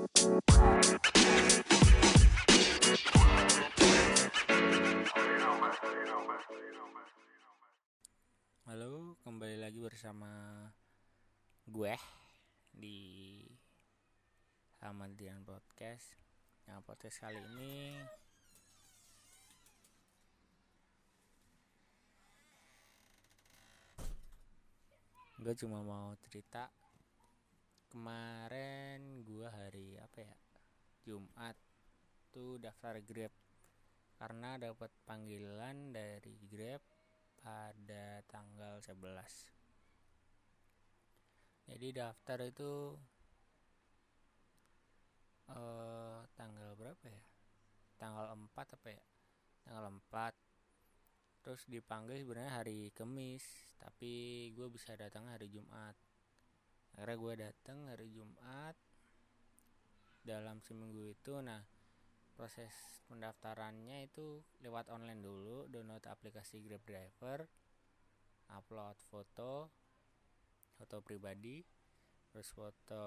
Halo, kembali lagi bersama gue di Hamadian Podcast. Yang podcast kali ini gue cuma mau cerita. Kemarin gue hari Jumat tuh daftar Grab karena dapat panggilan dari Grab pada tanggal 11. Jadi daftar itu tanggal berapa ya? Tanggal 4 apa ya? Tanggal 4. Terus dipanggil sebenarnya hari Kamis, tapi gue bisa datang hari Jumat. Akhirnya gue datang hari Jumat. Dalam seminggu itu, proses pendaftarannya itu lewat online dulu. Download aplikasi Grab Driver, upload foto pribadi, terus foto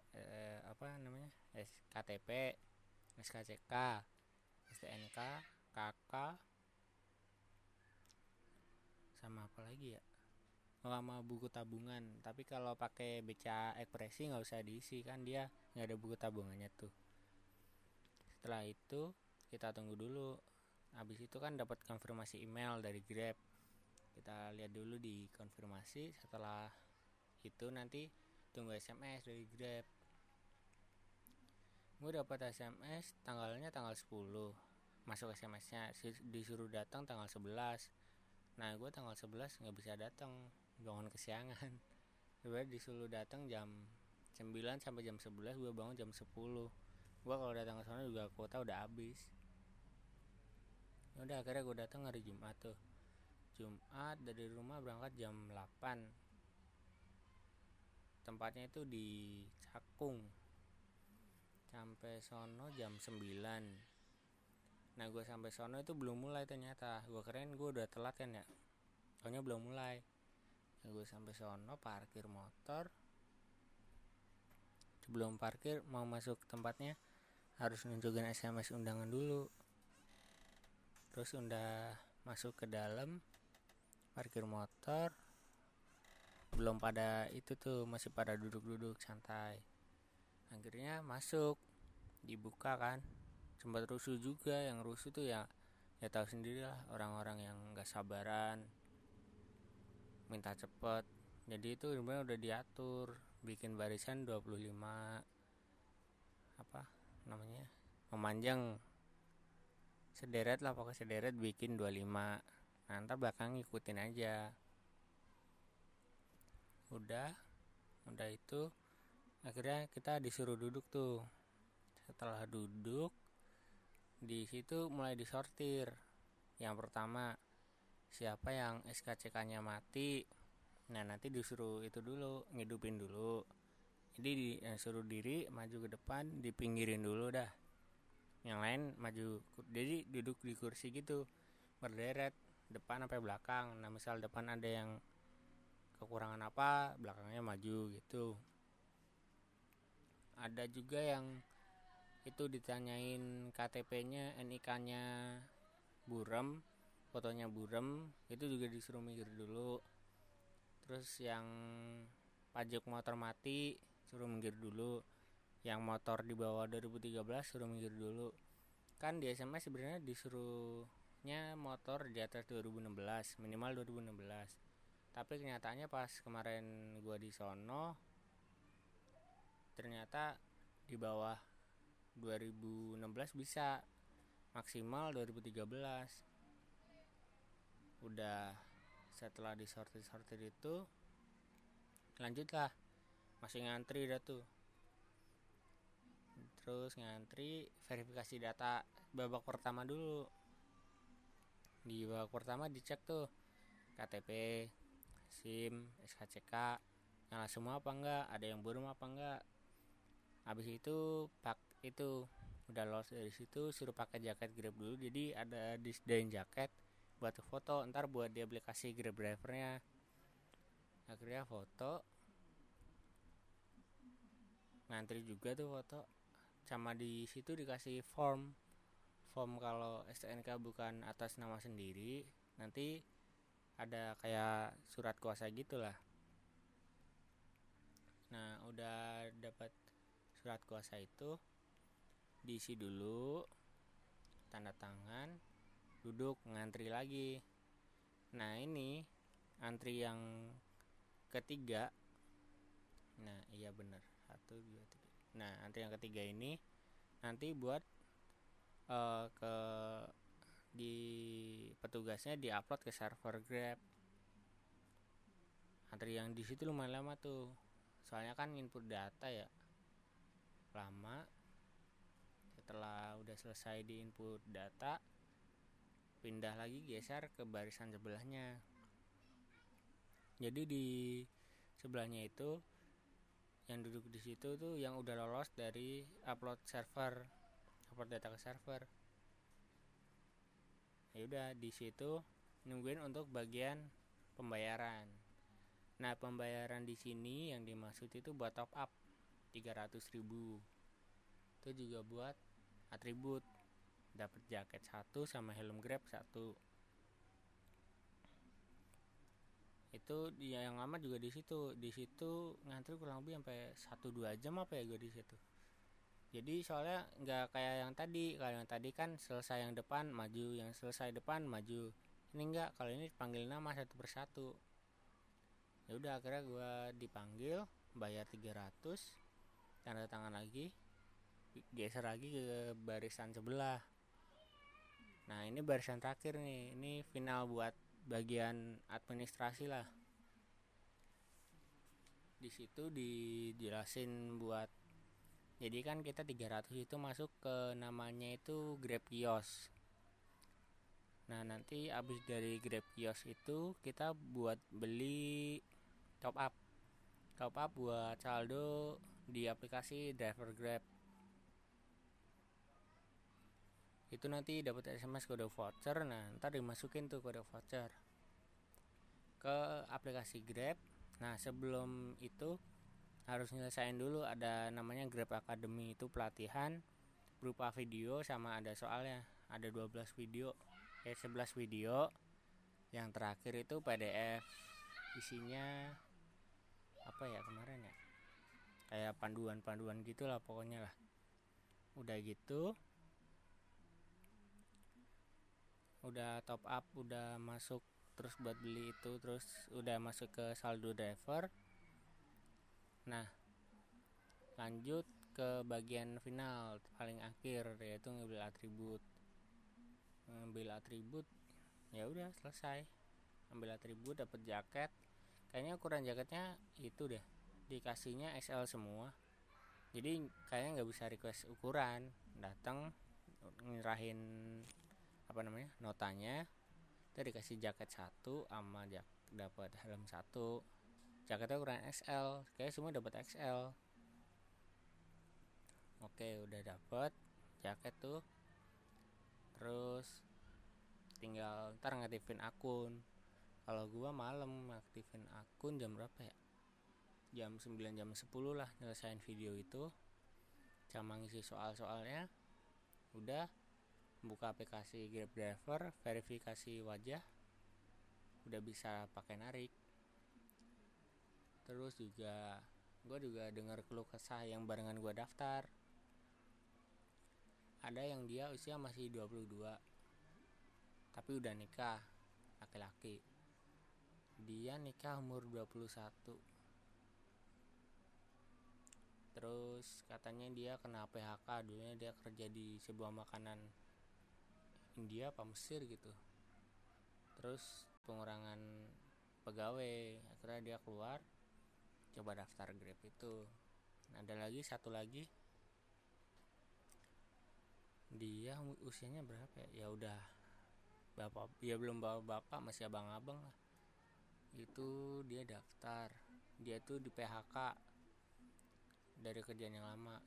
KTP, SKCK, STNK, KK, sama apa lagi ya, sama buku tabungan. Tapi kalau pakai BCA Ekspresi nggak usah diisi, kan dia nggak ada buku tabungannya tuh. Setelah itu kita tunggu dulu. Habis itu kan dapat konfirmasi email dari Grab, kita lihat dulu di konfirmasi. Setelah itu nanti tunggu SMS dari Grab. Gue dapat SMS tanggalnya tanggal 10, masuk SMS-nya disuruh datang tanggal 11. Nah, gue tanggal 11 nggak bisa datang, bangun kesiangan. Sebenarnya disuruh datang jam 9 sampai jam 11, gue bangun jam 10. Gue kalau datang ke sana juga kuota udah habis. Udah akhirnya gue datang hari Jumat tuh. Jumat dari rumah berangkat jam 8. Tempatnya itu di Cakung. Sampai sono jam 9. Nah, gue sampai sono itu belum mulai ternyata. Gue keren gue udah telat kan ya. Soalnya belum mulai. Nah, gue sampai sono parkir motor. Sebelum parkir mau masuk tempatnya harus nunjukin SMS undangan dulu. Terus udah masuk ke dalam parkir motor, belum pada itu tuh, masih pada duduk-duduk santai. Akhirnya masuk, dibuka kan. Sempat rusuh juga. Yang rusuh tuh ya tahu sendiri lah, orang-orang yang gak sabaran minta cepet. Jadi itu sebenarnya udah diatur, bikin barisan 25 memanjang sederet lah, pokoknya sederet bikin 25. Nah, ntar belakang ngikutin aja. Udah itu akhirnya kita disuruh duduk tuh. Setelah duduk, di situ mulai disortir. Yang pertama, siapa yang SKCK-nya mati, nah nanti disuruh itu dulu, ngidupin dulu. Jadi disuruh diri maju ke depan, dipinggirin dulu dah. Yang lain maju, jadi duduk di kursi gitu, berderet depan sampai belakang. Nah, misal depan ada yang kekurangan apa, belakangnya maju gitu. Ada juga yang itu ditanyain KTP-nya, NIK-nya burem, fotonya burem, itu juga disuruh minggir dulu. Terus yang pajak motor mati suruh minggir dulu. Yang motor di bawah 2013 suruh minggir dulu. Kan di SMS sebenarnya disuruhnya motor di atas 2016, minimal 2016. Tapi kenyataannya pas kemarin gua di sono, ternyata di bawah 2016 bisa, maksimal 2013. Udah setelah disortir itu lanjutlah, masih ngantri dah tuh. Terus ngantri verifikasi data babak pertama dulu. Di babak pertama dicek tuh KTP, SIM, SKCK nyala semua apa enggak, ada yang burem apa enggak. Habis itu udah lolos dari situ, suruh pakai jaket Grab dulu. Jadi ada disediain jaket buat foto, ntar buat di aplikasi Grab drivernya. Akhirnya foto, ngantri juga tuh foto. sama di situ dikasih form kalau STNK bukan atas nama sendiri, nanti ada kayak surat kuasa gitulah. Nah, udah dapat surat kuasa itu diisi dulu, tanda tangan, duduk ngantri lagi. Nah, ini antri yang ketiga. Nah, iya bener, 1, 2, 3. Nah, antri yang ketiga ini nanti buat ke di petugasnya diupload ke server Grab. Antri yang di situ lumayan lama tuh, soalnya kan input data ya lama. Setelah udah selesai di input data, pindah lagi, geser ke barisan sebelahnya. Jadi di sebelahnya itu yang duduk di situ tuh yang udah lolos dari upload data ke server. Ya udah di situ nungguin untuk bagian pembayaran. Nah, pembayaran di sini yang dimaksud itu buat top up 300.000. Itu juga buat atribut, dapat jaket 1 sama helm Grab 1. Itu dia yang lama juga di situ ngantri kurang lebih sampai 1-2 jam apa ya gue di situ. Jadi soalnya nggak kayak yang tadi. Kalau yang tadi kan selesai yang depan maju, yang selesai depan maju. Ini enggak, kalau ini panggil nama satu persatu. Ya udah akhirnya gue dipanggil, bayar 300, tanda tangan lagi, geser lagi ke barisan sebelah. Nah, ini barisan terakhir nih, ini final buat bagian administrasi lah. Di situ dijelasin buat, jadi kan kita 300 itu masuk ke namanya itu Grab Kios. Nah, nanti abis dari Grab Kios itu kita buat beli top up buat saldo di aplikasi driver Grab. Itu nanti dapat SMS kode voucher. Nah, ntar dimasukin tuh kode voucher ke aplikasi Grab. Nah, sebelum itu harus nyelesain dulu, ada namanya Grab Academy, itu pelatihan berupa video sama ada soalnya. Ada 12 video, 11 video. Yang terakhir itu PDF, isinya apa ya kemarin ya, kayak panduan gitulah pokoknya lah. Udah gitu, udah top up, udah masuk, terus buat beli itu, terus udah masuk ke saldo driver. Nah, lanjut ke bagian final paling akhir, yaitu ngambil atribut. Ya udah selesai ambil atribut, dapat jaket. Kayaknya ukuran jaketnya itu deh, dikasihnya XL semua. Jadi kayaknya nggak bisa request ukuran, datang ngerahin notanya, kita dikasih jaket 1 sama dapat helm 1. Jaketnya ukuran XL, kayak semua dapat XL. Oke, udah dapet jaket tuh, terus tinggal ntar ngaktifin akun. Kalau gua malam ngaktifin akun jam berapa ya, jam 9 jam 10 lah, nyelesain video itu sama ngisi soal-soalnya. Udah buka aplikasi Grab Driver, verifikasi wajah, udah bisa pakai narik. Terus juga gue juga dengar keluh kesah yang barengan gue daftar. Ada yang dia usia masih 22 tapi udah nikah, laki-laki. Dia nikah umur 21. Terus katanya dia kena PHK, dulunya dia kerja di sebuah makanan India apa Mesir gitu. Terus pengurangan pegawai, akhirnya dia keluar, coba daftar Grab itu. Ada lagi satu lagi, dia usianya berapa ya, udah bapak, ya belum bapak, masih abang-abang lah. Itu dia daftar, dia tuh di PHK dari kerjaan yang lama.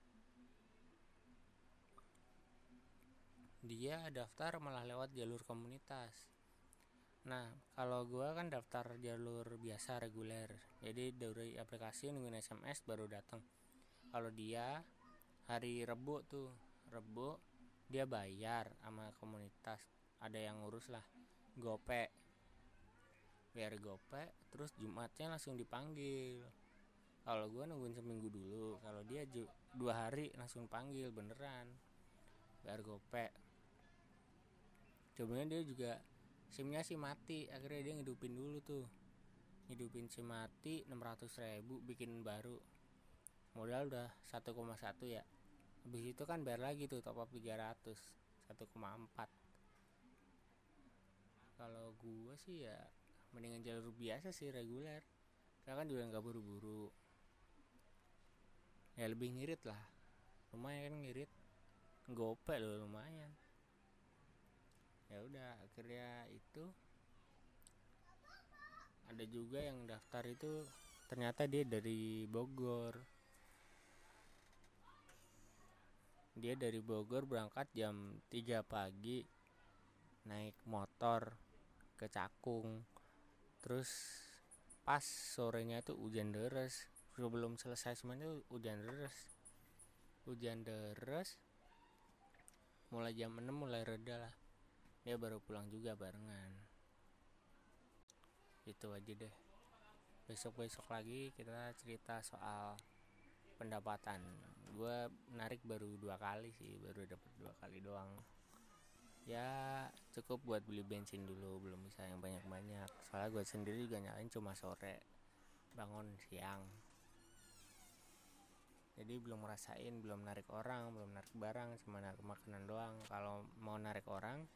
Dia daftar malah lewat jalur komunitas. Nah, kalau gue kan daftar jalur biasa reguler, jadi dari aplikasi nungguin SMS baru datang. Kalau dia hari Rebo tuh, Rebo dia bayar sama komunitas, ada yang ngurus lah, gope, biar gope, terus Jumatnya langsung dipanggil. Kalau gue nungguin seminggu dulu, kalau dia 2 hari langsung panggil beneran, biar gope. Cobanya dia juga SIM-nya sih mati, akhirnya dia ngidupin dulu tuh, ngidupin SIM mati 600.000, bikin baru, modal udah 1,1 ya. Habis itu kan bayar lagi tuh top up 300, 1,4. Kalau gue sih ya mendingan jalur biasa sih, reguler, karena kan juga nggak buru-buru ya, lebih ngirit lah, lumayan kan ngirit, gope loh lumayan. Ya udah akhirnya itu ada juga yang daftar itu ternyata dia dari Bogor. Dia dari Bogor berangkat jam 3 pagi, naik motor ke Cakung, terus pas sorenya tuh hujan deres, sebelum selesai semuanya tuh hujan deres, mulai jam 6 mulai reda lah, dia baru pulang juga barengan. Itu aja deh, besok lagi kita cerita soal pendapatan. Gue narik baru 2 kali sih, baru dapet 2 kali doang ya, cukup buat beli bensin dulu, belum bisa yang banyak-banyak, soalnya gue sendiri juga nyalain cuma sore, bangun siang, jadi belum ngerasain, belum narik orang, belum narik barang, cuma narik makanan doang. Kalau mau narik orang,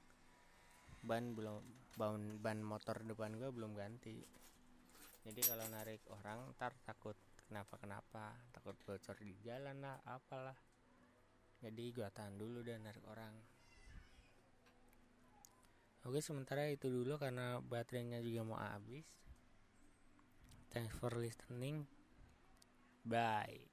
ban motor depan gue belum ganti, jadi kalau narik orang ntar takut kenapa, takut bocor di jalan lah apalah, jadi gue tahan dulu dan narik orang. Oke, sementara itu dulu karena baterainya juga mau habis. Thanks for listening. Bye.